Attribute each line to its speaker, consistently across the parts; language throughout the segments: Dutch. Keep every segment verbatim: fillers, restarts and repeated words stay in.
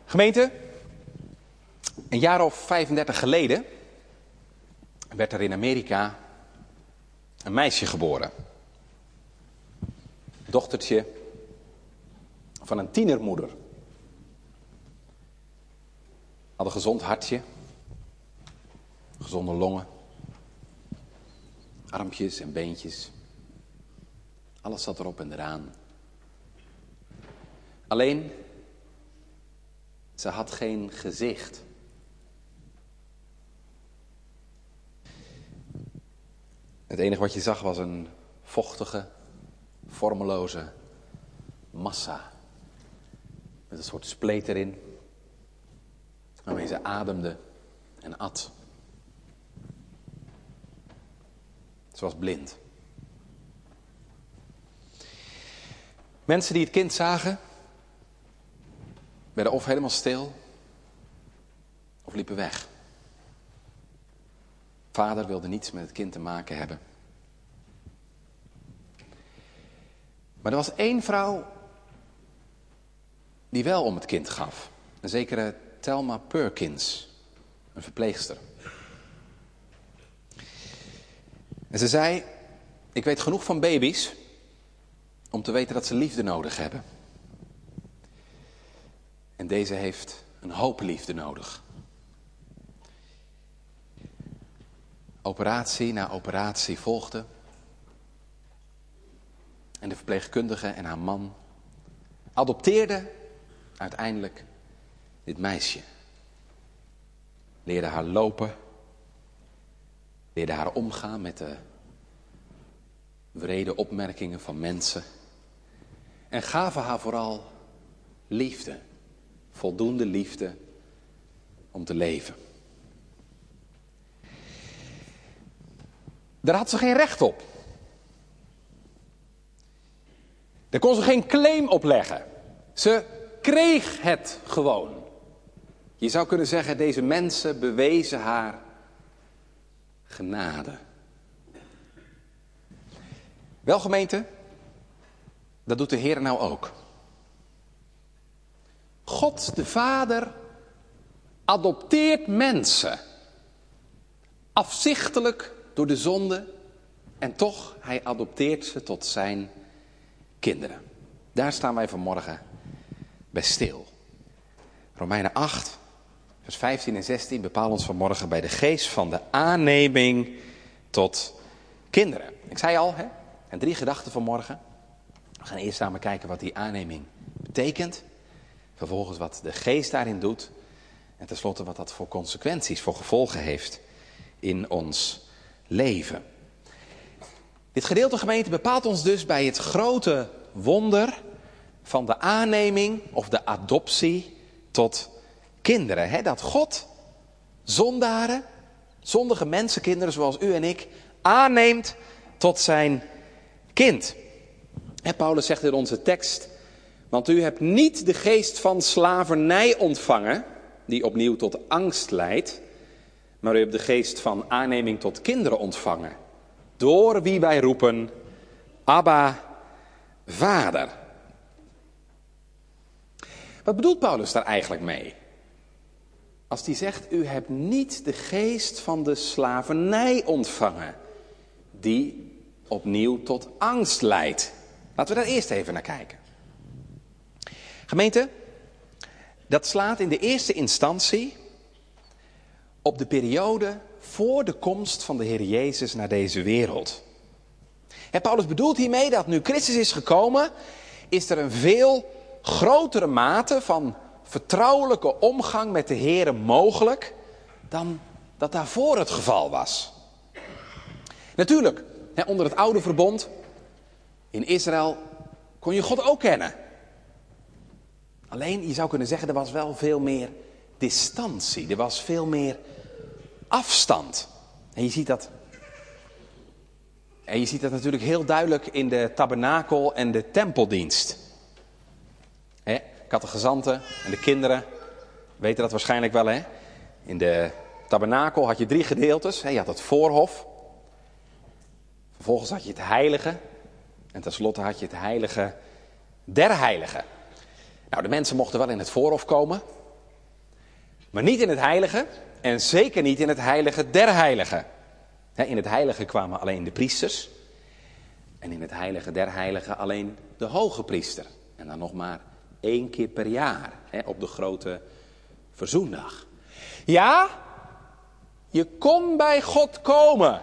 Speaker 1: Gemeente, een jaar of vijfendertig geleden werd er in Amerika een meisje geboren. Dochtertje van een tienermoeder. Had een gezond hartje, gezonde longen, armpjes en beentjes. Alles zat erop en eraan. Alleen, ze had geen gezicht. Het enige wat je zag was een vochtige, vormeloze massa. Met een soort spleet erin. Waarmee ze ademde en at. Ze was blind. Mensen die het kind zagen, werden of helemaal stil, of liepen weg. Vader wilde niets met het kind te maken hebben. Maar er was één vrouw die wel om het kind gaf. Een zekere Thelma Perkins, een verpleegster. En ze zei, ik weet genoeg van baby's om te weten dat ze liefde nodig hebben. En deze heeft een hoop liefde nodig. Operatie na operatie volgde. En de verpleegkundige en haar man adopteerden uiteindelijk dit meisje. Leerden haar lopen. Leerden haar omgaan met de wrede opmerkingen van mensen. En gaven haar vooral liefde. Voldoende liefde om te leven. Daar had ze geen recht op. Daar kon ze geen claim op leggen. Ze kreeg het gewoon. Je zou kunnen zeggen, deze mensen bewezen haar genade. Wel gemeente, dat doet de Heer nou ook. God de Vader adopteert mensen. Afzichtelijk door de zonde. En toch, hij adopteert ze tot zijn kinderen. Daar staan wij vanmorgen bij stil. Romeinen acht, vers vijftien en zestien bepalen ons vanmorgen bij de geest van de aanneming tot kinderen. Ik zei al, hè, en drie gedachten vanmorgen. We gaan eerst samen kijken wat die aanneming betekent. Vervolgens wat de geest daarin doet. En tenslotte wat dat voor consequenties, voor gevolgen heeft in ons leven. Dit gedeelte gemeente bepaalt ons dus bij het grote wonder van de aanneming of de adoptie tot kinderen. Hè? Dat God zondaren, zondige mensenkinderen zoals u en ik, aanneemt tot zijn kind. Hè, Paulus zegt in onze tekst, want u hebt niet de geest van slavernij ontvangen, die opnieuw tot angst leidt, maar u hebt de geest van aanneming tot kinderen ontvangen, door wie wij roepen, Abba, Vader. Wat bedoelt Paulus daar eigenlijk mee? Als hij zegt, u hebt niet de geest van de slavernij ontvangen, die opnieuw tot angst leidt. Laten we daar eerst even naar kijken. Gemeente, dat slaat in de eerste instantie op de periode voor de komst van de Heer Jezus naar deze wereld. En Paulus bedoelt hiermee dat nu Christus is gekomen, is er een veel grotere mate van vertrouwelijke omgang met de Heer mogelijk dan dat daarvoor het geval was. Natuurlijk, onder het oude verbond in Israël kon je God ook kennen. Alleen, je zou kunnen zeggen, er was wel veel meer distantie. Er was veel meer afstand. En je ziet dat, en je ziet dat natuurlijk heel duidelijk in de tabernakel en de tempeldienst. Hè, kattegezanten en de kinderen weten dat waarschijnlijk wel. Hè? In de tabernakel had je drie gedeeltes. Hè? Je had het voorhof. Vervolgens had je het heilige. En tenslotte had je het heilige der heiligen. Nou, de mensen mochten wel in het voorhof komen. Maar niet in het heilige en zeker niet in het heilige der heiligen. In het heilige kwamen alleen de priesters. En in het heilige der heiligen alleen de hoge priester. En dan nog maar één keer per jaar, op de grote verzoendag. Ja, je kon bij God komen.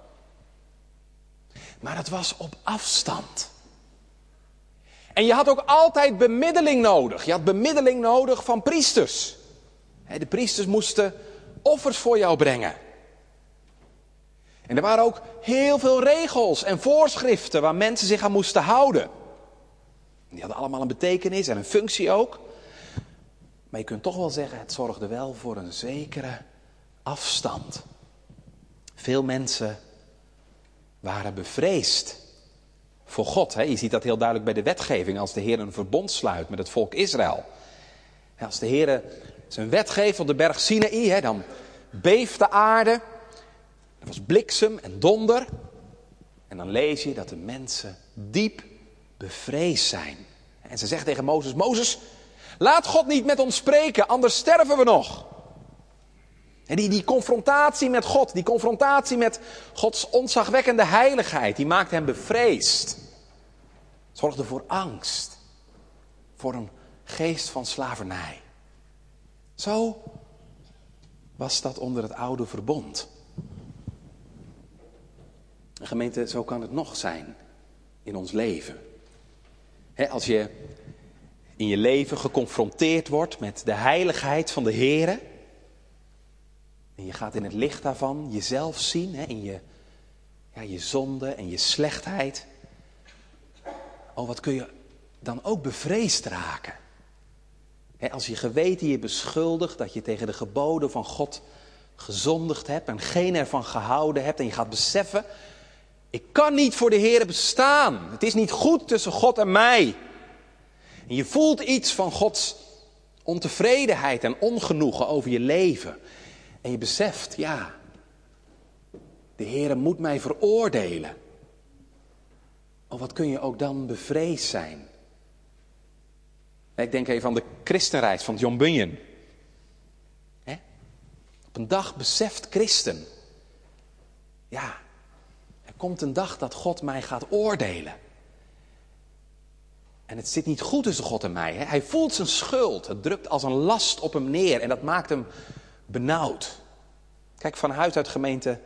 Speaker 1: Maar het was op afstand. En je had ook altijd bemiddeling nodig. Je had bemiddeling nodig van priesters. De priesters moesten offers voor jou brengen. En er waren ook heel veel regels en voorschriften waar mensen zich aan moesten houden. Die hadden allemaal een betekenis en een functie ook. Maar je kunt toch wel zeggen, het zorgde wel voor een zekere afstand. Veel mensen waren bevreesd voor God. Hè? Je ziet dat heel duidelijk bij de wetgeving als de Heer een verbond sluit met het volk Israël. Als de Heer zijn wet geeft op de berg Sinaï, hè, dan beeft de aarde. Er was bliksem en donder. En dan lees je dat de mensen diep bevreesd zijn. En ze zegt tegen Mozes, Mozes, laat God niet met ons spreken, anders sterven we nog. En die, die confrontatie met God, die confrontatie met Gods ontzagwekkende heiligheid, die maakte hem bevreesd. Zorgde voor angst, voor een geest van slavernij. Zo was dat onder het oude verbond. En gemeente, zo kan het nog zijn in ons leven. He, als je in je leven geconfronteerd wordt met de heiligheid van de Heere. En je gaat in het licht daarvan jezelf zien, he, in je, ja, je zonde en je slechtheid. Oh, wat kun je dan ook bevreesd raken. He, als je geweten je beschuldigt dat je tegen de geboden van God gezondigd hebt en geen ervan gehouden hebt. En je gaat beseffen, ik kan niet voor de Heere bestaan. Het is niet goed tussen God en mij. En je voelt iets van Gods ontevredenheid en ongenoegen over je leven. En je beseft, ja, de Heere moet mij veroordelen. Oh, wat kun je ook dan bevreesd zijn. Ik denk even aan de christenreis van John Bunyan. He? Op een dag beseft christen, ja, er komt een dag dat God mij gaat oordelen. En het zit niet goed tussen God en mij. Hè? Hij voelt zijn schuld. Het drukt als een last op hem neer. En dat maakt hem benauwd. Kijk, van huis uit gemeente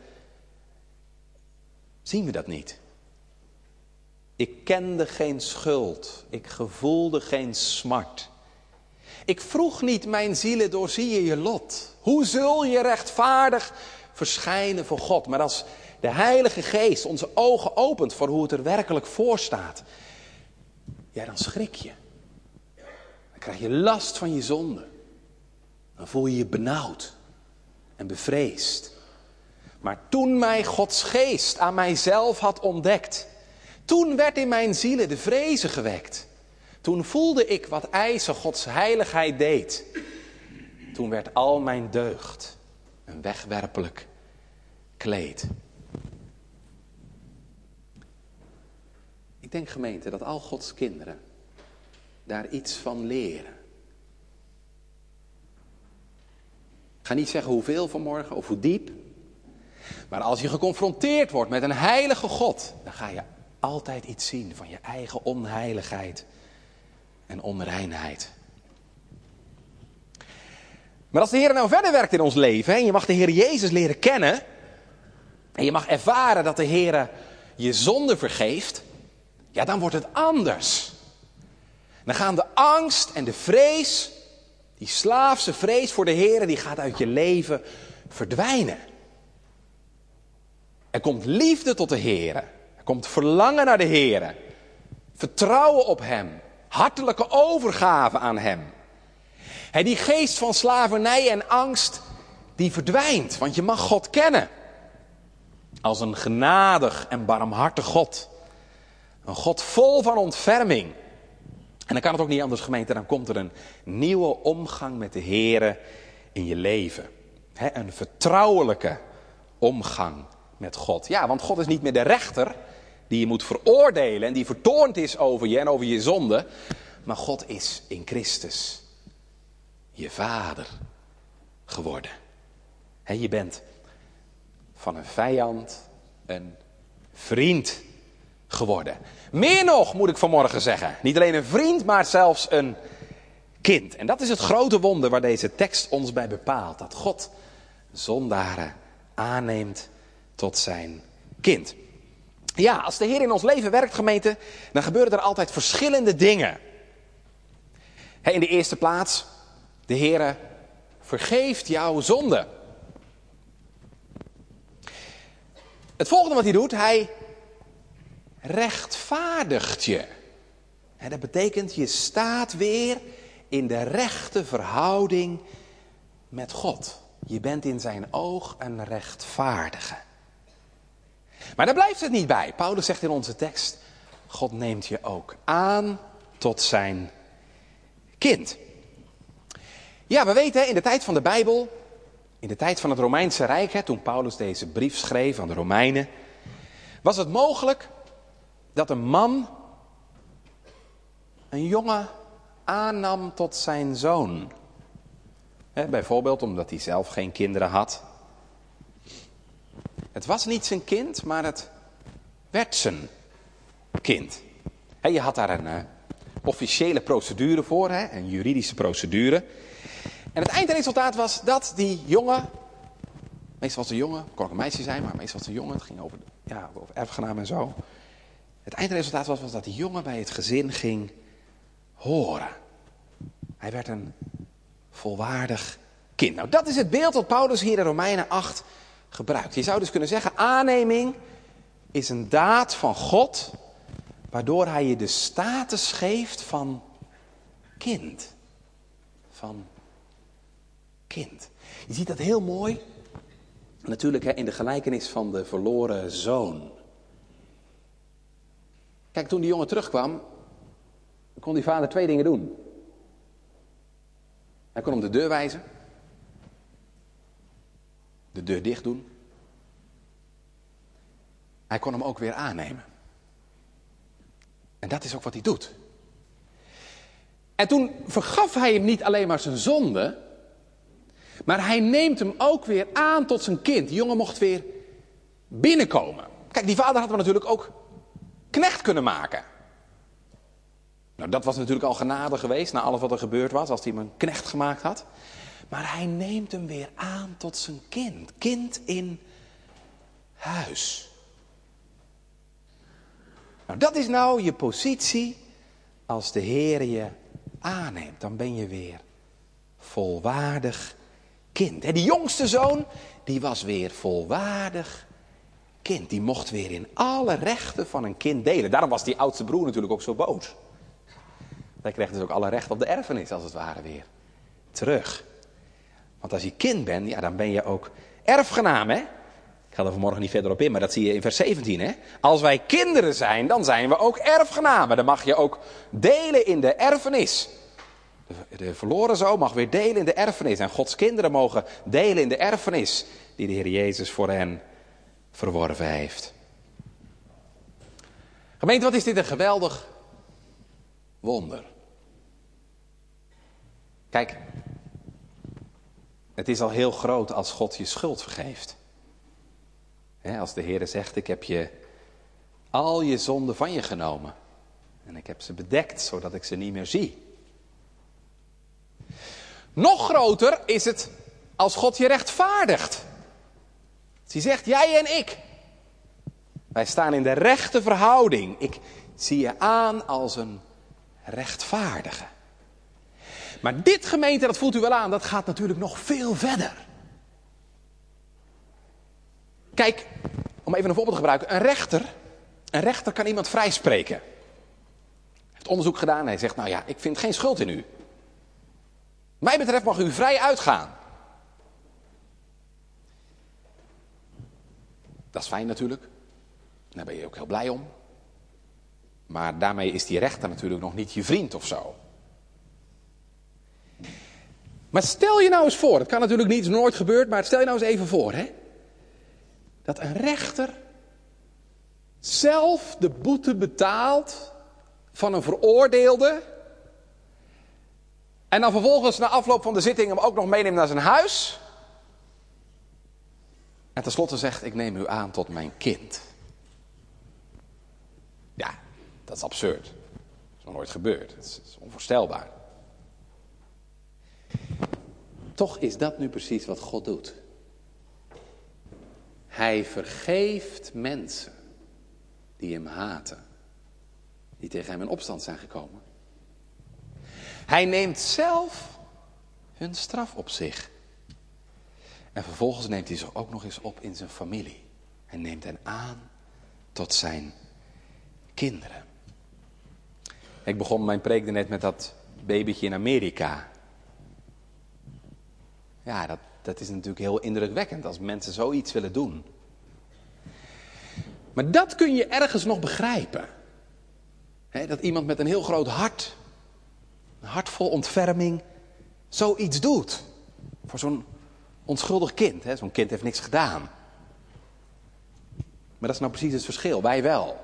Speaker 1: zien we dat niet. Ik kende geen schuld. Ik gevoelde geen smart. Ik vroeg niet, mijn zielen, doorzie je je lot. Hoe zul je rechtvaardig verschijnen voor God? Maar als de Heilige Geest onze ogen opent voor hoe het er werkelijk voor staat, ja, dan schrik je. Dan krijg je last van je zonde. Dan voel je je benauwd en bevreesd. Maar toen mij Gods Geest aan mijzelf had ontdekt, toen werd in mijn zielen de vrezen gewekt. Toen voelde ik wat eisen Gods heiligheid deed. Toen werd al mijn deugd een wegwerpelijk kleed. Ik denk, gemeente, dat al Gods kinderen daar iets van leren. Ik ga niet zeggen hoeveel vanmorgen of hoe diep. Maar als je geconfronteerd wordt met een heilige God, dan ga je altijd iets zien van je eigen onheiligheid en onreinheid. Maar als de Heer nou verder werkt in ons leven, en je mag de Heer Jezus leren kennen, en je mag ervaren dat de Heer je zonde vergeeft, ja, dan wordt het anders. Dan gaan de angst en de vrees, die slaafse vrees voor de Heer, die gaat uit je leven verdwijnen. Er komt liefde tot de Heer. Er komt verlangen naar de Heer. Vertrouwen op Hem. Hartelijke overgave aan Hem. He, die geest van slavernij en angst, die verdwijnt. Want je mag God kennen. Als een genadig en barmhartig God. Een God vol van ontferming. En dan kan het ook niet anders, gemeente. Dan komt er een nieuwe omgang met de Heer in je leven. He, een vertrouwelijke omgang met God. Ja, want God is niet meer de rechter die je moet veroordelen en die vertoornd is over je en over je zonde. Maar God is in Christus je vader. geworden. He, je bent van een vijand een vriend geworden. Meer nog, moet ik vanmorgen zeggen. Niet alleen een vriend, maar zelfs een kind. En dat is het grote wonder waar deze tekst ons bij bepaalt. Dat God zondaren aanneemt tot zijn kind. Ja, als de Heer in ons leven werkt, gemeente, dan gebeuren er altijd verschillende dingen. He, in de eerste plaats, de Heer vergeeft jouw zonde. Het volgende wat hij doet, hij rechtvaardigt je. He, dat betekent, je staat weer in de rechte verhouding met God. Je bent in zijn oog een rechtvaardige. Maar daar blijft het niet bij. Paulus zegt in onze tekst, God neemt je ook aan tot zijn kind. Ja, we weten in de tijd van de Bijbel, in de tijd van het Romeinse Rijk, hè, toen Paulus deze brief schreef aan de Romeinen, was het mogelijk dat een man een jongen aannam tot zijn zoon. Hè, bijvoorbeeld omdat hij zelf geen kinderen had. Het was niet zijn kind, maar het werd zijn kind. Hè, je had daar een uh, officiële procedure voor, hè, een juridische procedure. En het eindresultaat was dat die jongen, meestal was het een jongen, kon ook een meisje zijn, maar meestal was het een jongen, het ging over, ja, over erfgenaam en zo. Het eindresultaat was, was dat die jongen bij het gezin ging horen. Hij werd een volwaardig kind. Nou, dat is het beeld dat Paulus hier in Romeinen acht gebruikt. Je zou dus kunnen zeggen, aanneming is een daad van God, waardoor hij je de status geeft van kind. Van kind. Je ziet dat heel mooi, natuurlijk hè, in de gelijkenis van de verloren zoon. Kijk, toen die jongen terugkwam, kon die vader twee dingen doen. Hij kon hem de deur wijzen. De deur dicht doen. Hij kon hem ook weer aannemen. En dat is ook wat hij doet. En toen vergaf hij hem niet alleen maar zijn zonde, maar hij neemt hem ook weer aan tot zijn kind. Die jongen mocht weer binnenkomen. Kijk, die vader had hem natuurlijk ook knecht kunnen maken. Nou, dat was natuurlijk al genade geweest na alles wat er gebeurd was, als hij hem een knecht gemaakt had. Maar hij neemt hem weer aan tot zijn kind. Kind in huis. Nou, dat is nou je positie als de Heer je aanneemt. Dan ben je weer volwaardig kind. En die jongste zoon, die was weer volwaardig kind. Die mocht weer in alle rechten van een kind delen. Daarom was die oudste broer natuurlijk ook zo boos. Hij kreeg dus ook alle rechten op de erfenis, als het ware, weer terug. Want als je kind bent, ja, dan ben je ook erfgenaam, hè? Ik ga er vanmorgen niet verder op in, maar dat zie je in vers zeventien, hè? Als wij kinderen zijn, dan zijn we ook erfgenamen. Dan mag je ook delen in de erfenis. De, de verloren zoon mag weer delen in de erfenis. En Gods kinderen mogen delen in de erfenis die de Heer Jezus voor hen verworven heeft. Gemeente, wat is dit een geweldig wonder. Kijk, het is al heel groot als God je schuld vergeeft. He, als de Heer zegt, ik heb je al je zonden van je genomen. En ik heb ze bedekt, zodat ik ze niet meer zie. Nog groter is het als God je rechtvaardigt. Als hij zegt, jij en ik. Wij staan in de rechte verhouding. Ik zie je aan als een rechtvaardige. Maar dit, gemeente, dat voelt u wel aan, dat gaat natuurlijk nog veel verder. Kijk, om even een voorbeeld te gebruiken. Een rechter, een rechter kan iemand vrijspreken. Hij heeft onderzoek gedaan en hij zegt, nou ja, ik vind geen schuld in u. Wat mij betreft mag u vrij uitgaan. Dat is fijn natuurlijk. Daar ben je ook heel blij om. Maar daarmee is die rechter natuurlijk nog niet je vriend of zo. Maar stel je nou eens voor, het kan natuurlijk niet, het is nooit gebeurd, maar stel je nou eens even voor, hè. Dat een rechter zelf de boete betaalt van een veroordeelde En dan vervolgens na afloop van de zitting hem ook nog meeneemt naar zijn huis. En tenslotte zegt, ik neem u aan tot mijn kind. Ja, dat is absurd. Dat is nog nooit gebeurd. Dat is, dat is onvoorstelbaar. Toch is dat nu precies wat God doet. Hij vergeeft mensen die hem haten. Die tegen hem in opstand zijn gekomen. Hij neemt zelf hun straf op zich. En vervolgens neemt hij ze ook nog eens op in zijn familie. Hij neemt hen aan tot zijn kinderen. Ik begon mijn preek net met dat babytje in Amerika. Ja, dat, dat is natuurlijk heel indrukwekkend als mensen zoiets willen doen. Maar dat kun je ergens nog begrijpen. He, dat iemand met een heel groot hart, een hart vol ontferming, zoiets doet. Voor zo'n onschuldig kind. He. Zo'n kind heeft niks gedaan. Maar dat is nou precies het verschil. Wij wel.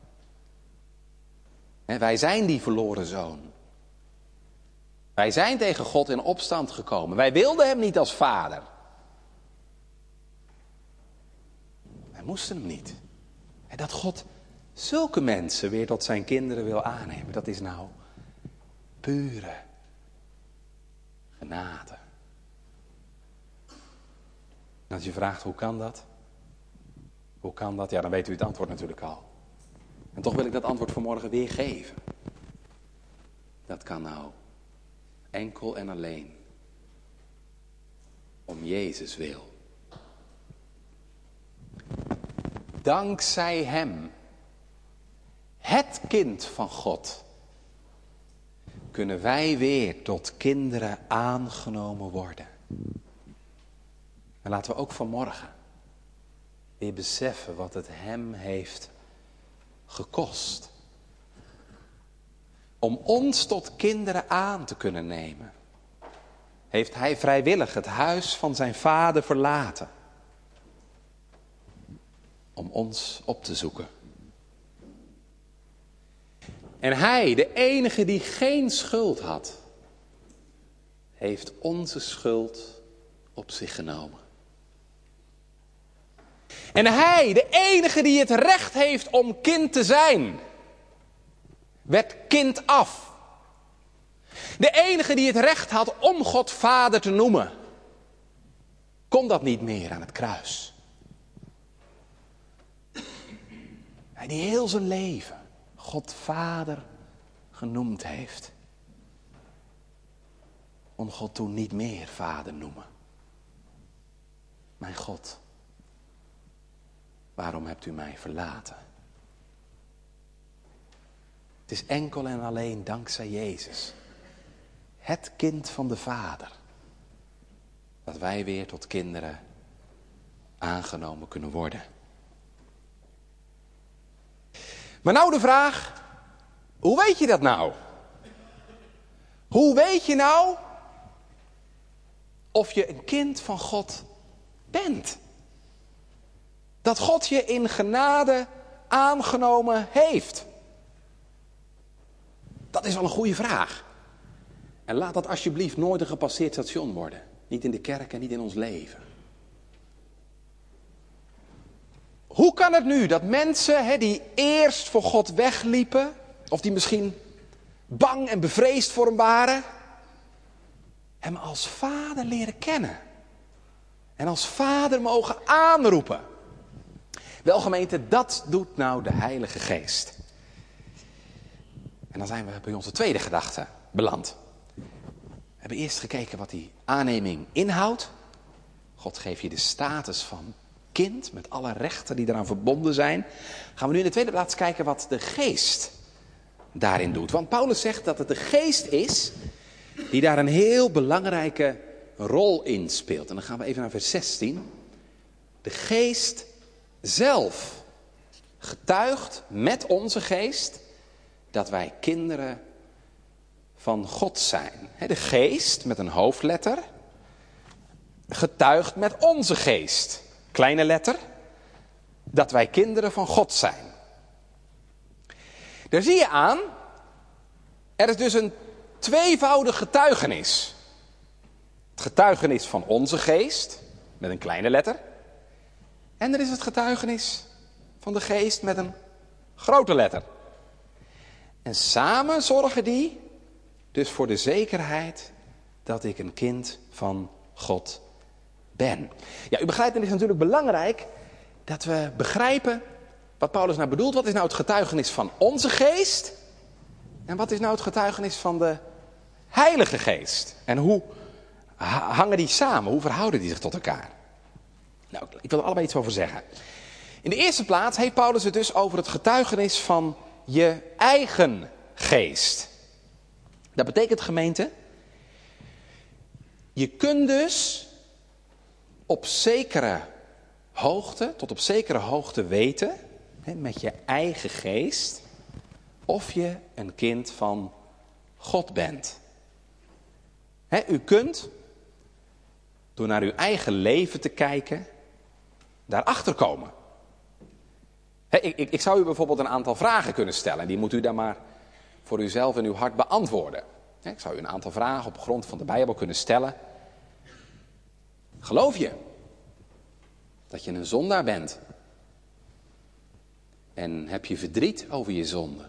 Speaker 1: He, wij zijn die verloren zoon. Wij zijn tegen God in opstand gekomen. Wij wilden hem niet als vader. Wij moesten hem niet. En dat God zulke mensen weer tot zijn kinderen wil aannemen, dat is nou pure genade. En als je vraagt, hoe kan dat? Hoe kan dat? Ja, dan weet u het antwoord natuurlijk al. En toch wil ik dat antwoord vanmorgen weer geven. Dat kan nou enkel en alleen om Jezus wil. Dankzij hem, het kind van God, kunnen wij weer tot kinderen aangenomen worden. En laten we ook vanmorgen weer beseffen wat het hem heeft gekost. Om ons tot kinderen aan te kunnen nemen, heeft hij vrijwillig het huis van zijn vader verlaten. Om ons op te zoeken. En hij, de enige die geen schuld had, heeft onze schuld op zich genomen. En hij, de enige die het recht heeft om kind te zijn, werd kind af. De enige die het recht had om God vader te noemen, kon dat niet meer aan het kruis. Hij die heel zijn leven God vader genoemd heeft, kon God toen niet meer vader noemen. Mijn God, waarom hebt u mij verlaten? Het is enkel en alleen dankzij Jezus, het kind van de Vader, dat wij weer tot kinderen aangenomen kunnen worden. Maar nou de vraag, hoe weet je dat nou? Hoe weet je nou of je een kind van God bent? Dat God je in genade aangenomen heeft. Dat is wel een goede vraag. En laat dat alsjeblieft nooit een gepasseerd station worden. Niet in de kerk en niet in ons leven. Hoe kan het nu dat mensen hè, die eerst voor God wegliepen, of die misschien bang en bevreesd voor hem waren, hem als vader leren kennen. En als vader mogen aanroepen. Wel gemeente, dat doet nou de Heilige Geest. En dan zijn we bij onze tweede gedachte beland. We hebben eerst gekeken wat die aanneming inhoudt. God geeft je de status van kind met alle rechten die eraan verbonden zijn. Gaan we nu in de tweede plaats kijken wat de Geest daarin doet. Want Paulus zegt dat het de Geest is die daar een heel belangrijke rol in speelt. En dan gaan we even naar vers zestien. De Geest zelf getuigt met onze geest dat wij kinderen van God zijn. De Geest met een hoofdletter getuigt met onze geest, kleine letter, dat wij kinderen van God zijn. Daar zie je aan, er is dus een tweevoudig getuigenis. Het getuigenis van onze geest, met een kleine letter. En er is het getuigenis van de geest met een grote letter. En samen zorgen die dus voor de zekerheid dat ik een kind van God ben. Ja, u begrijpt, het is natuurlijk belangrijk dat we begrijpen wat Paulus nou bedoelt. Wat is nou het getuigenis van onze geest? En wat is nou het getuigenis van de Heilige Geest? En hoe hangen die samen? Hoe verhouden die zich tot elkaar? Nou, ik wil er allebei iets over zeggen. In de eerste plaats heeft Paulus het dus over het getuigenis van je eigen geest. Dat betekent, gemeente, je kunt dus op zekere hoogte, tot op zekere hoogte weten, hè, met je eigen geest, of je een kind van God bent. Hè, u kunt, door naar uw eigen leven te kijken, daarachter komen. Hè, ik, ik, ik zou u bijvoorbeeld een aantal vragen kunnen stellen. En die moet u dan maar voor uzelf in uw hart beantwoorden. Hè, ik zou u een aantal vragen op grond van de Bijbel kunnen stellen. Geloof je dat je een zondaar bent? En heb je verdriet over je zonde?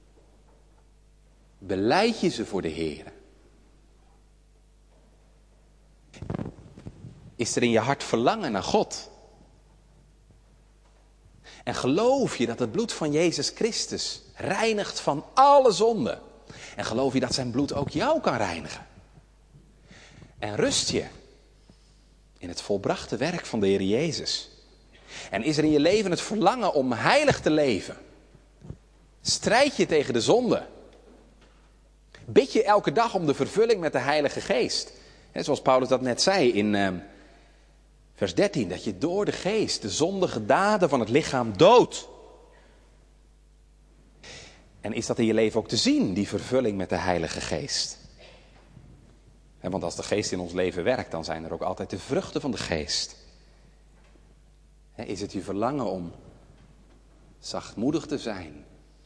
Speaker 1: Belijd je ze voor de Heer? Is er in je hart verlangen naar God? En geloof je dat het bloed van Jezus Christus reinigt van alle zonde? En geloof je dat zijn bloed ook jou kan reinigen? En rust je in het volbrachte werk van de Heer Jezus? En is er in je leven het verlangen om heilig te leven? Strijd je tegen de zonde? Bid je elke dag om de vervulling met de Heilige Geest? He, zoals Paulus dat net zei in uh, vers dertien. Dat je door de Geest de zondige daden van het lichaam doodt. En is dat in je leven ook te zien, die vervulling met de Heilige Geest? He, want als de Geest in ons leven werkt, dan zijn er ook altijd de vruchten van de Geest. He, is het je verlangen om zachtmoedig te zijn?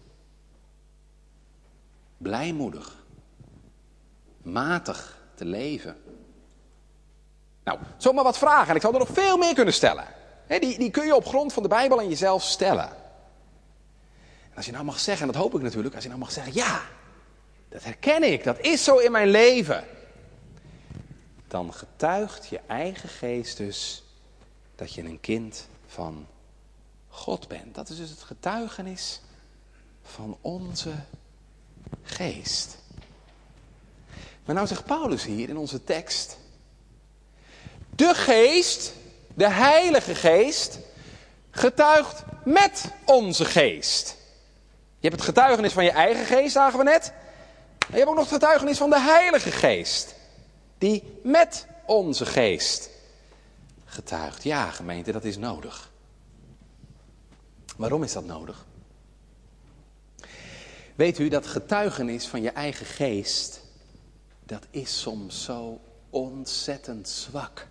Speaker 1: Blijmoedig? Matig te leven? Nou, zomaar wat vragen. En ik zou er nog veel meer kunnen stellen. He, die, die kun je op grond van de Bijbel en jezelf stellen. En als je nou mag zeggen, en dat hoop ik natuurlijk, als je nou mag zeggen, ja, dat herken ik, dat is zo in mijn leven. Dan getuigt je eigen geest dus dat je een kind van God bent. Dat is dus het getuigenis van onze geest. Maar nou zegt Paulus hier in onze tekst, de geest, de Heilige Geest, getuigt met onze geest. Je hebt het getuigenis van je eigen geest, zagen we net. Maar je hebt ook nog het getuigenis van de Heilige Geest, die met onze geest getuigt. Ja, gemeente, dat is nodig. Waarom is dat nodig? Weet u, dat getuigenis van je eigen geest, dat is soms zo ontzettend zwak.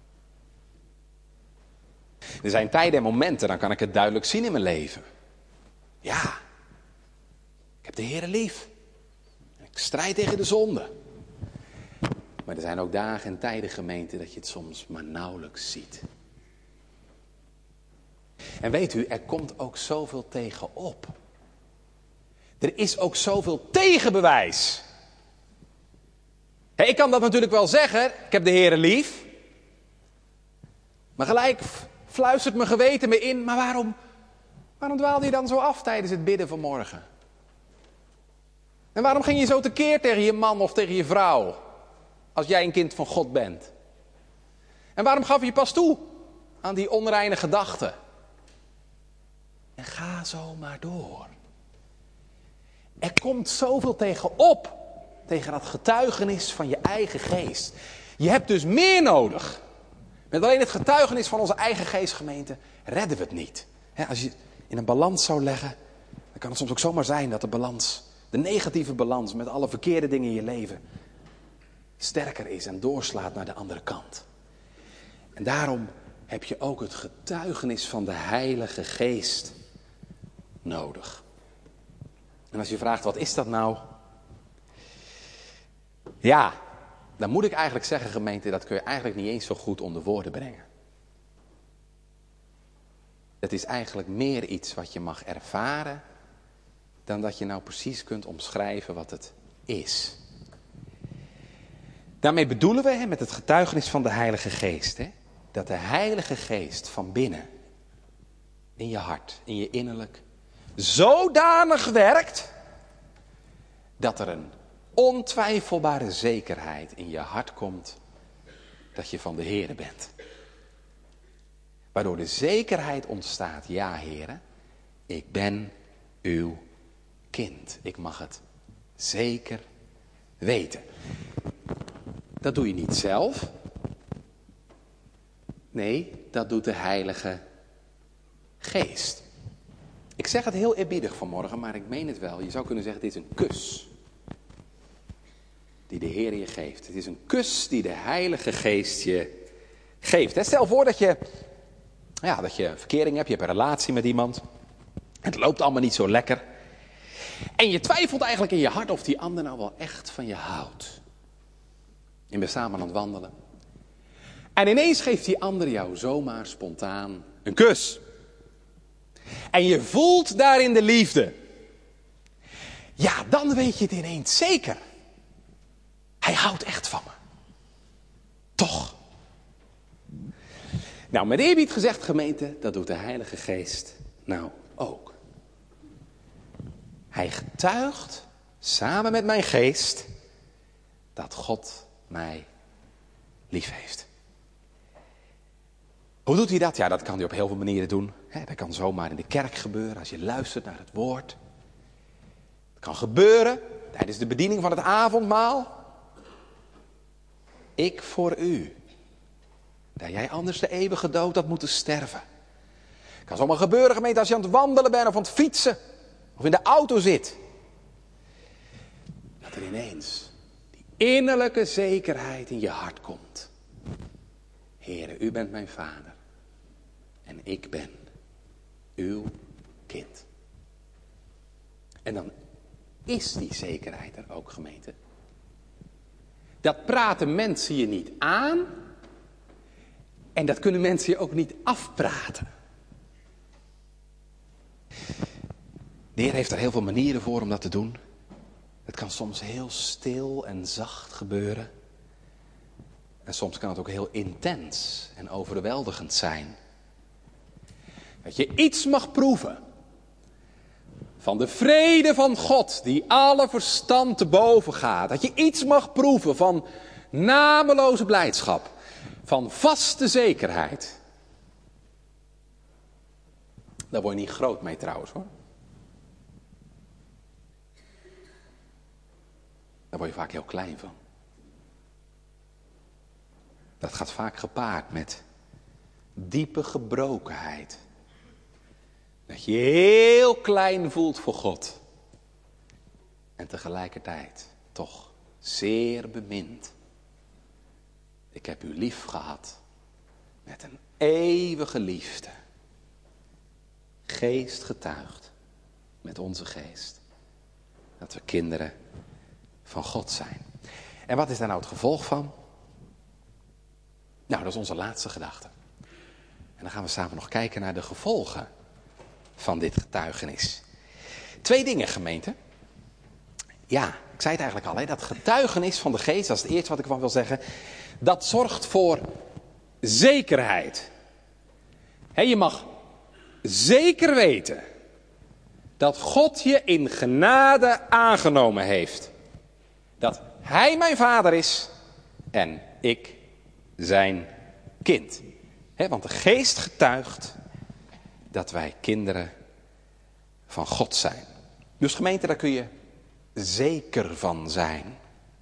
Speaker 1: Er zijn tijden en momenten, dan kan ik het duidelijk zien in mijn leven. Ja, ik heb de Heere lief. Ik strijd tegen de zonde. Maar er zijn ook dagen en tijden, gemeente, dat je het soms maar nauwelijks ziet. En weet u, er komt ook zoveel tegenop. Er is ook zoveel tegenbewijs. Hey, ik kan dat natuurlijk wel zeggen, ik heb de Heere lief. Maar gelijk fluistert mijn geweten me in, maar waarom, waarom dwaalde je dan zo af tijdens het bidden vanmorgen? En waarom ging je zo tekeer tegen je man of tegen je vrouw, als jij een kind van God bent? En waarom gaf je pas toe aan die onreine gedachten? En ga zo maar door. Er komt zoveel tegenop, tegen dat getuigenis van je eigen geest. Je hebt dus meer nodig. Met alleen het getuigenis van onze eigen geestgemeente redden we het niet. He, als je in een balans zou leggen, dan kan het soms ook zomaar zijn dat de balans, de negatieve balans met alle verkeerde dingen in je leven, sterker is en doorslaat naar de andere kant. En daarom heb je ook het getuigenis van de Heilige Geest nodig. En als je vraagt, wat is dat nou? Ja, dan moet ik eigenlijk zeggen, gemeente, dat kun je eigenlijk niet eens zo goed onder woorden brengen. Het is eigenlijk meer iets wat je mag ervaren, dan dat je nou precies kunt omschrijven wat het is. Daarmee bedoelen we hè, met het getuigenis van de Heilige Geest, hè, dat de Heilige Geest van binnen, in je hart, in je innerlijk, zodanig werkt, dat er een ontwijfelbare zekerheid in je hart komt, dat je van de Heere bent. Waardoor de zekerheid ontstaat, ja Heere, ik ben uw kind. Ik mag het zeker weten. Dat doe je niet zelf. Nee, dat doet de Heilige Geest. Ik zeg het heel eerbiedig vanmorgen, maar ik meen het wel. Je zou kunnen zeggen, dit is een kus die de Heer je geeft. Het is een kus die de Heilige Geest je geeft. Stel voor dat je, ja, dat je verkering hebt, je hebt een relatie met iemand. Het loopt allemaal niet zo lekker. En je twijfelt eigenlijk in je hart of die ander nou wel echt van je houdt. Je bent samen aan het wandelen. En ineens geeft die ander jou zomaar spontaan een kus. En je voelt daarin de liefde. Ja, dan weet je het ineens zeker. Hij houdt echt van me. Toch? Nou, met eerbied gezegd, gemeente, dat doet de Heilige Geest nou ook. Hij getuigt samen met mijn geest dat God mij lief heeft. Hoe doet hij dat? Ja, dat kan hij op heel veel manieren doen. Dat kan zomaar in de kerk gebeuren als je luistert naar het woord. Het kan gebeuren tijdens de bediening van het avondmaal. Ik voor u. Dat jij anders de eeuwige dood had moeten sterven. Het kan zomaar gebeuren, gemeente, als je aan het wandelen bent of aan het fietsen. Of in de auto zit. Dat er ineens die innerlijke zekerheid in je hart komt. Heere, u bent mijn vader. En ik ben uw kind. En dan is die zekerheid er ook, gemeente. Dat praten mensen je niet aan. En dat kunnen mensen je ook niet afpraten. De Heer heeft er heel veel manieren voor om dat te doen. Het kan soms heel stil en zacht gebeuren. En soms kan het ook heel intens en overweldigend zijn. Dat je iets mag proeven van de vrede van God die alle verstand te boven gaat. Dat je iets mag proeven van nameloze blijdschap, van vaste zekerheid. Daar word je niet groot mee trouwens hoor. Daar word je vaak heel klein van. Dat gaat vaak gepaard met diepe gebrokenheid. Dat je heel klein voelt voor God. En tegelijkertijd toch zeer bemind. Ik heb u lief gehad met een eeuwige liefde. Geest getuigt met onze geest. Dat we kinderen van God zijn. En wat is daar nou het gevolg van? Nou, dat is onze laatste gedachte. En dan gaan we samen nog kijken naar de gevolgen van dit getuigenis. Twee dingen, gemeente. Ja, ik zei het eigenlijk al, hè, dat getuigenis van de geest, dat is het eerste wat ik van wil zeggen. Dat zorgt voor zekerheid. He, je mag zeker weten dat God je in genade aangenomen heeft. Dat Hij mijn vader is en ik zijn kind. He, want de geest getuigt dat wij kinderen van God zijn. Dus gemeente, daar kun je zeker van zijn.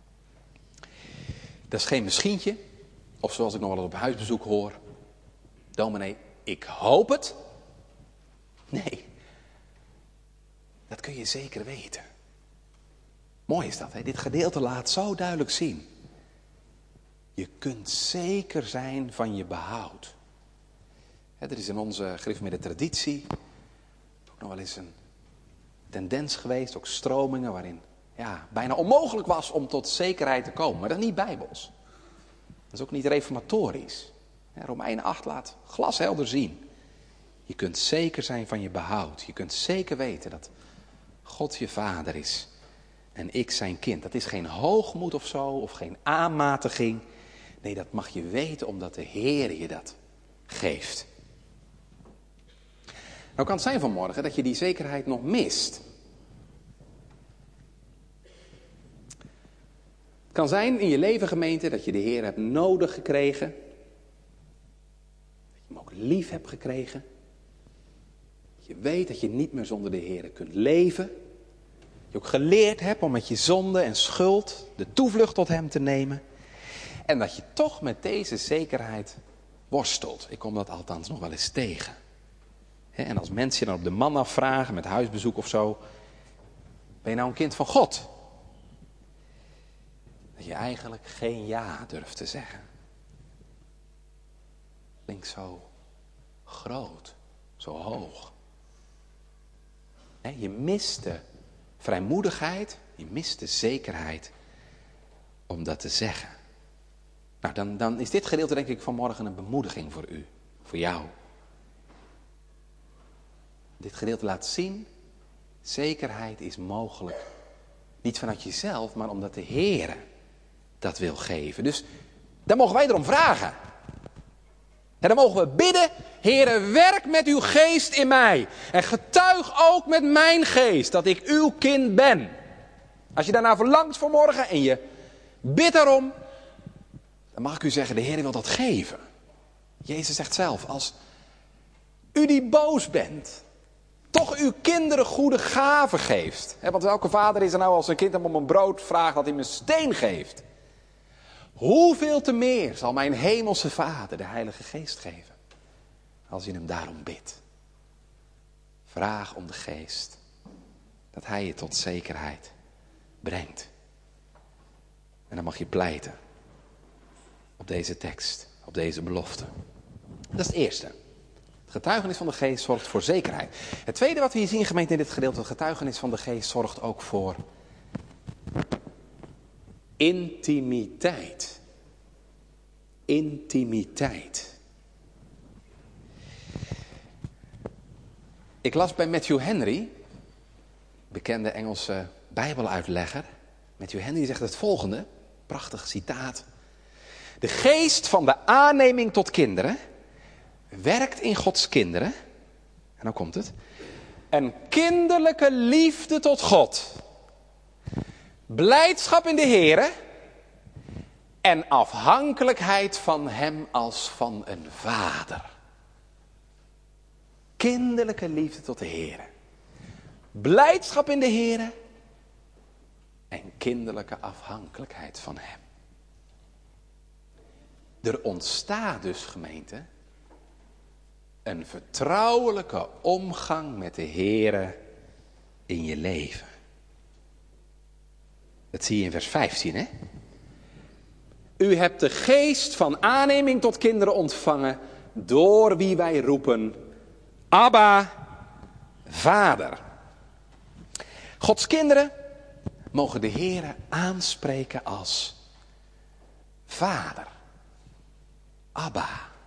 Speaker 1: Dat is geen misschientje. Of zoals ik nog wel eens op huisbezoek hoor. Dominee, ik hoop het. Nee. Dat kun je zeker weten. Mooi is dat, hè? Dit gedeelte laat zo duidelijk zien. Je kunt zeker zijn van je behoud. Hè, er is in onze gereformeerde traditie ook nog wel eens een tendens geweest, ook stromingen waarin ja, bijna onmogelijk was om tot zekerheid te komen. Maar dat is niet bijbels. Dat is ook niet reformatorisch. Romeinen acht laat glashelder zien. Je kunt zeker zijn van je behoud. Je kunt zeker weten dat God je vader is en ik zijn kind. Dat is geen hoogmoed of zo, of geen aanmatiging. Nee, dat mag je weten omdat de Heer je dat geeft. Nou kan het zijn vanmorgen dat je die zekerheid nog mist. Het kan zijn in je leven, gemeente, dat je de Heer hebt nodig gekregen. Dat je hem ook lief hebt gekregen. Dat je weet dat je niet meer zonder de Heer kunt leven. Dat je ook geleerd hebt om met je zonde en schuld de toevlucht tot hem te nemen. En dat je toch met deze zekerheid worstelt. Ik kom dat althans nog wel eens tegen. En als mensen je dan op de man afvragen met huisbezoek of zo. Ben je nou een kind van God? Dat je eigenlijk geen ja durft te zeggen. Klinkt zo groot, zo hoog. Je mist de vrijmoedigheid, je mist de zekerheid om dat te zeggen. Nou, dan, dan is dit gedeelte denk ik vanmorgen een bemoediging voor u, voor jou. Dit gedeelte laat zien, zekerheid is mogelijk. Niet vanuit jezelf, maar omdat de Heer dat wil geven. Dus daar mogen wij erom vragen. En dan mogen we bidden, Heere, werk met uw geest in mij. En getuig ook met mijn geest dat ik uw kind ben. Als je daarna verlangt vanmorgen en je bidt daarom, dan mag ik u zeggen, de Heer wil dat geven. Jezus zegt zelf, als u die boos bent, toch uw kinderen goede gaven geeft. Want welke vader is er nou als een kind hem om een brood vraagt dat hij hem een steen geeft? Hoeveel te meer zal mijn hemelse Vader de Heilige Geest geven, als je hem daarom bidt. Vraag om de Geest, dat hij je tot zekerheid brengt. En dan mag je pleiten op deze tekst, op deze belofte. Dat is het eerste. Het getuigenis van de Geest zorgt voor zekerheid. Het tweede wat we hier zien, gemeente, in dit gedeelte, het getuigenis van de Geest zorgt ook voor intimiteit. Intimiteit. Ik las bij Matthew Henry, bekende Engelse Bijbeluitlegger. Matthew Henry zegt het volgende, prachtig citaat. De geest van de aanneming tot kinderen werkt in Gods kinderen. En dan komt het. Een kinderlijke liefde tot God. Blijdschap in de Here. En afhankelijkheid van hem als van een vader. Kinderlijke liefde tot de Here. Blijdschap in de Here. En kinderlijke afhankelijkheid van hem. Er ontstaat dus, gemeente, een vertrouwelijke omgang met de Here in je leven. Dat zie je in vers vijftien, hè? U hebt de geest van aanneming tot kinderen ontvangen, door wie wij roepen, Abba, Vader. Gods kinderen mogen de Heere aanspreken als Vader. Abba.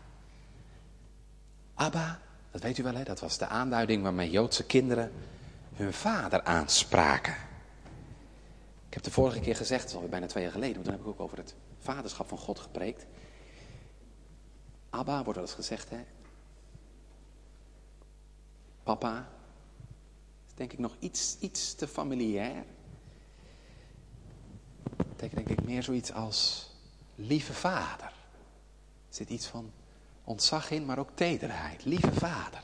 Speaker 1: Abba, dat weet u wel, hè? Dat was de aanduiding waarmee Joodse kinderen hun vader aanspraken. Ik heb de vorige keer gezegd, dat is alweer bijna twee jaar geleden, maar toen heb ik ook over het vaderschap van God gepreekt. Abba wordt wel eens gezegd, hè. Papa. Dat is denk ik nog iets, iets te familiair. Dat betekent denk ik meer zoiets als lieve vader. Er zit iets van ontzag in, maar ook tederheid. Lieve vader.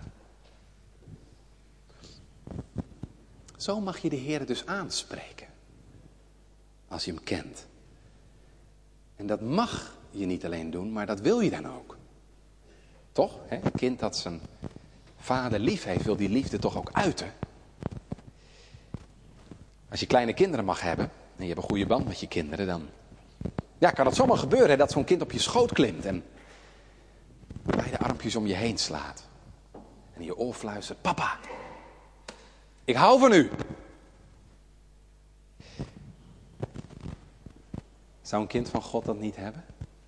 Speaker 1: Zo mag je de Heer dus aanspreken. Als je hem kent. En dat mag je niet alleen doen, maar dat wil je dan ook. Toch? Hè? Een kind dat zijn vader lief heeft, wil die liefde toch ook uiten. Als je kleine kinderen mag hebben, en je hebt een goede band met je kinderen, dan ja, kan het zomaar gebeuren hè, dat zo'n kind op je schoot klimt en beide armpjes om je heen slaat. En in je oor fluistert, papa, ik hou van u. Zou een kind van God dat niet hebben?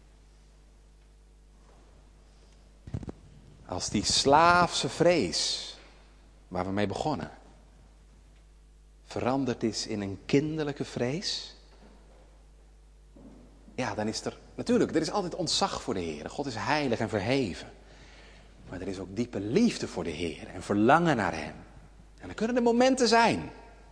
Speaker 1: Als die slaafse vrees, waar we mee begonnen, veranderd is in een kinderlijke vrees. Ja, dan is er, natuurlijk, er is altijd ontzag voor de Heer. God is heilig en verheven. Maar er is ook diepe liefde voor de Heer en verlangen naar Hem. En dan kunnen er momenten zijn.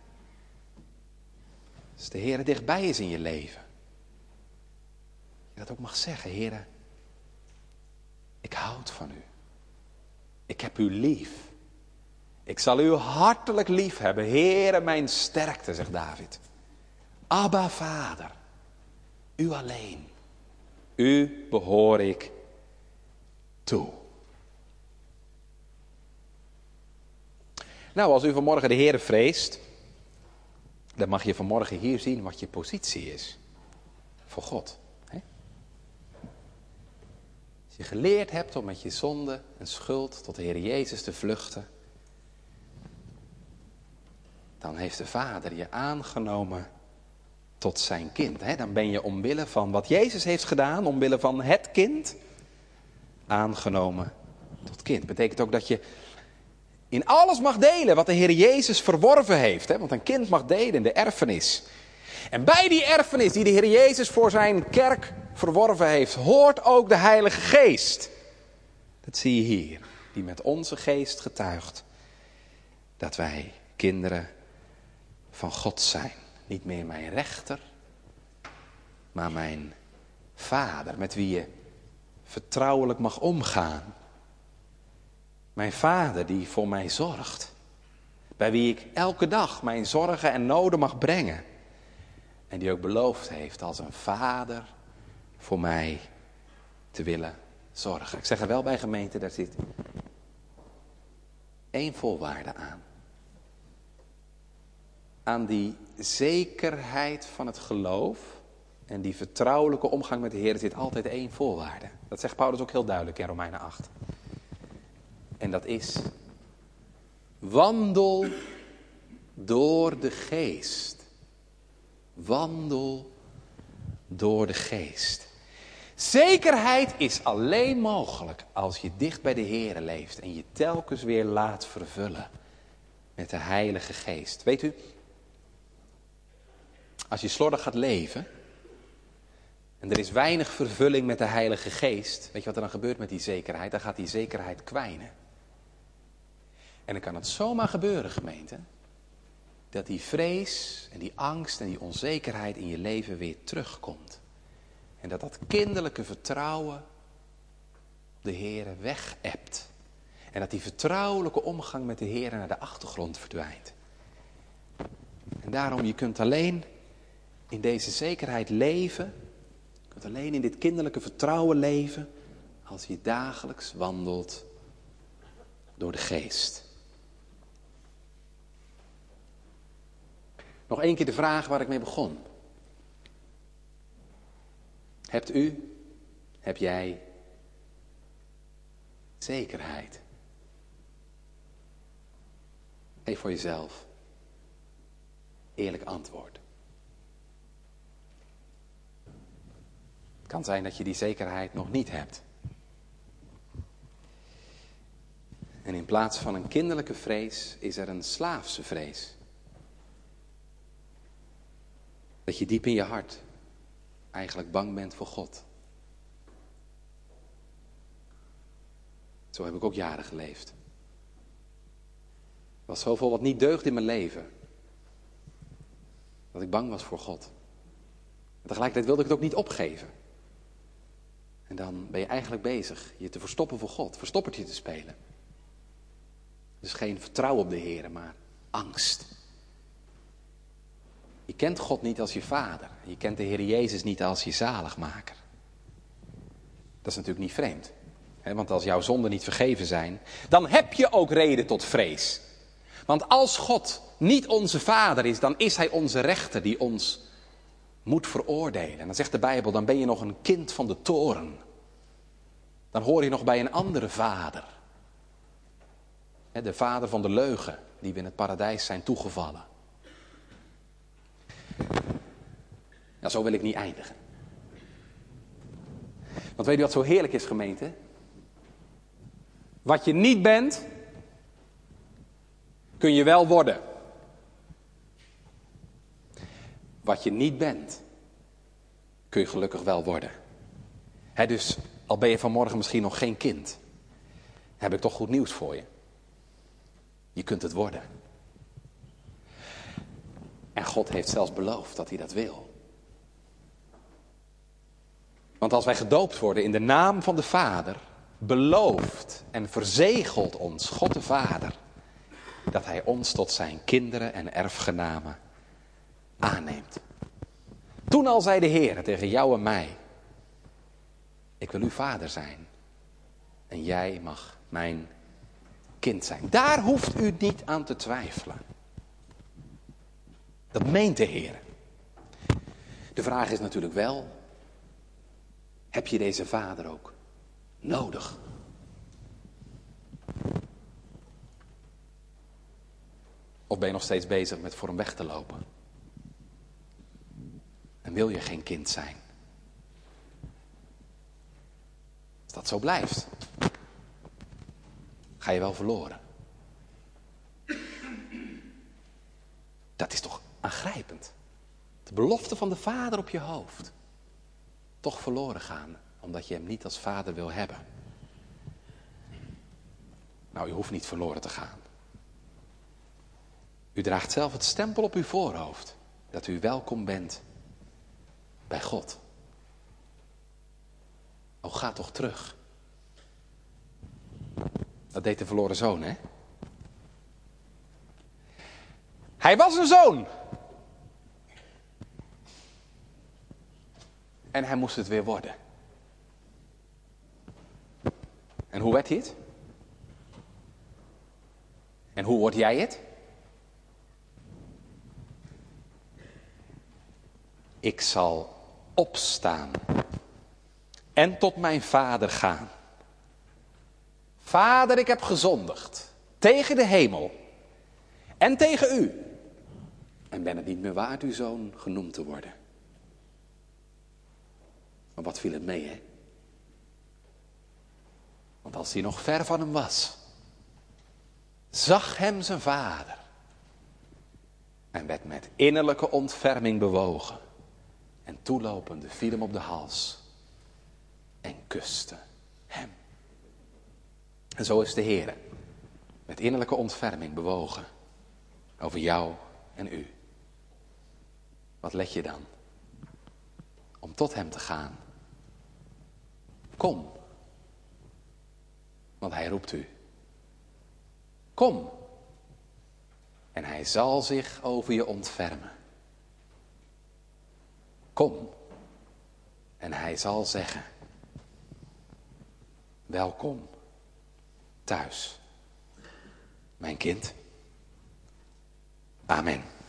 Speaker 1: Als de Heer dichtbij is in je leven. Je dat ook mag zeggen, Heer, ik houd van u. Ik heb u lief. Ik zal u hartelijk lief hebben. Heere, mijn sterkte, zegt David. Abba, Vader. U alleen. U behoor ik toe. Nou, als u vanmorgen de Heere vreest, dan mag je vanmorgen hier zien wat je positie is. Voor God. Hè? Als je geleerd hebt om met je zonde en schuld tot de Heer Jezus te vluchten, dan heeft de Vader je aangenomen tot zijn kind. Hè? Dan ben je omwille van wat Jezus heeft gedaan, omwille van het kind, aangenomen tot kind. Betekent ook dat je in alles mag delen wat de Heer Jezus verworven heeft. Hè? Want een kind mag delen in de erfenis. En bij die erfenis die de Heer Jezus voor zijn kerk verworven heeft, hoort ook de Heilige Geest. Dat zie je hier. Die met onze geest getuigt dat wij kinderen van God zijn. Niet meer mijn rechter, maar mijn Vader, met wie je vertrouwelijk mag omgaan. Mijn Vader die voor mij zorgt. Bij wie ik elke dag mijn zorgen en noden mag brengen. En die ook beloofd heeft als een vader voor mij te willen zorgen. Ik zeg er wel bij, gemeente, daar zit één voorwaarde aan. Aan die zekerheid van het geloof en die vertrouwelijke omgang met de Heer zit altijd één voorwaarde. Dat zegt Paulus ook heel duidelijk in Romeinen acht. En dat is: wandel door de geest. Wandel door de geest. Zekerheid is alleen mogelijk als je dicht bij de Heer leeft en je telkens weer laat vervullen met de Heilige Geest. Weet u, als je slordig gaat leven en er is weinig vervulling met de Heilige Geest, weet je wat er dan gebeurt met die zekerheid? Dan gaat die zekerheid kwijnen. En dan kan het zomaar gebeuren, gemeente, dat die vrees en die angst en die onzekerheid in je leven weer terugkomt. En dat dat kinderlijke vertrouwen op de Heer weg-ebt. En dat die vertrouwelijke omgang met de Heer naar de achtergrond verdwijnt. En daarom, je kunt alleen in deze zekerheid leven, je kunt alleen in dit kinderlijke vertrouwen leven, als je dagelijks wandelt door de geest. Nog één keer de vraag waar ik mee begon. Hebt u, heb jij zekerheid? Geef voor jezelf eerlijk antwoord. Het kan zijn dat je die zekerheid nog niet hebt. En in plaats van een kinderlijke vrees is er een slaafse vrees. Dat je diep in je hart eigenlijk bang bent voor God. Zo heb ik ook jaren geleefd. Er was zoveel wat niet deugde in mijn leven, dat ik bang was voor God. En tegelijkertijd wilde ik het ook niet opgeven. En dan ben je eigenlijk bezig je te verstoppen voor God, verstoppertje te spelen. Dus geen vertrouwen op de Heer, maar angst. Je kent God niet als je vader. Je kent de Heer Jezus niet als je zaligmaker. Dat is natuurlijk niet vreemd. Hè? Want als jouw zonden niet vergeven zijn, dan heb je ook reden tot vrees. Want als God niet onze vader is, dan is hij onze rechter die ons moet veroordelen. En dan zegt de Bijbel, dan ben je nog een kind van de toorn. Dan hoor je nog bij een andere vader. Hè, de vader van de leugen, die we in het paradijs zijn toegevallen. Nou, zo wil ik niet eindigen. Want weet u wat zo heerlijk is, gemeente? Wat je niet bent, kun je wel worden. Wat je niet bent, kun je gelukkig wel worden. He, dus al ben je vanmorgen misschien nog geen kind, heb ik toch goed nieuws voor je. Je kunt het worden. En God heeft zelfs beloofd dat hij dat wil. Want als wij gedoopt worden in de naam van de Vader, belooft en verzegelt ons God de Vader dat hij ons tot zijn kinderen en erfgenamen aanneemt. Toen al zei de Heer tegen jou en mij: ik wil uw vader zijn en jij mag mijn kind zijn. Daar hoeft u niet aan te twijfelen. Dat meent de Heer. De vraag is natuurlijk wel: heb je deze vader ook nodig? Of ben je nog steeds bezig met voor hem weg te lopen? En wil je geen kind zijn? Als dat zo blijft, ga je wel verloren. Dat is toch aangrijpend. De belofte van de Vader op je hoofd. Toch verloren gaan, omdat je hem niet als vader wil hebben. Nou, u hoeft niet verloren te gaan. U draagt zelf het stempel op uw voorhoofd dat u welkom bent bij God. Oh, ga toch terug. Dat deed de verloren zoon, hè? Hij was een zoon. En hij moest het weer worden. En hoe werd hij het? En hoe word jij het? Ik zal opstaan en tot mijn vader gaan. Vader, ik heb gezondigd tegen de hemel en tegen u. En ben het niet meer waard uw zoon genoemd te worden. Maar wat viel het mee, hè? Want als hij nog ver van hem was, zag hem zijn vader en werd met innerlijke ontferming bewogen. En toelopende viel hem op de hals en kuste hem. En zo is de Heer met innerlijke ontferming bewogen over jou en u. Wat let je dan? Om tot hem te gaan. Kom. Want hij roept u. Kom. En hij zal zich over je ontfermen. Kom. En hij zal zeggen: welkom thuis, mijn kind. Amen.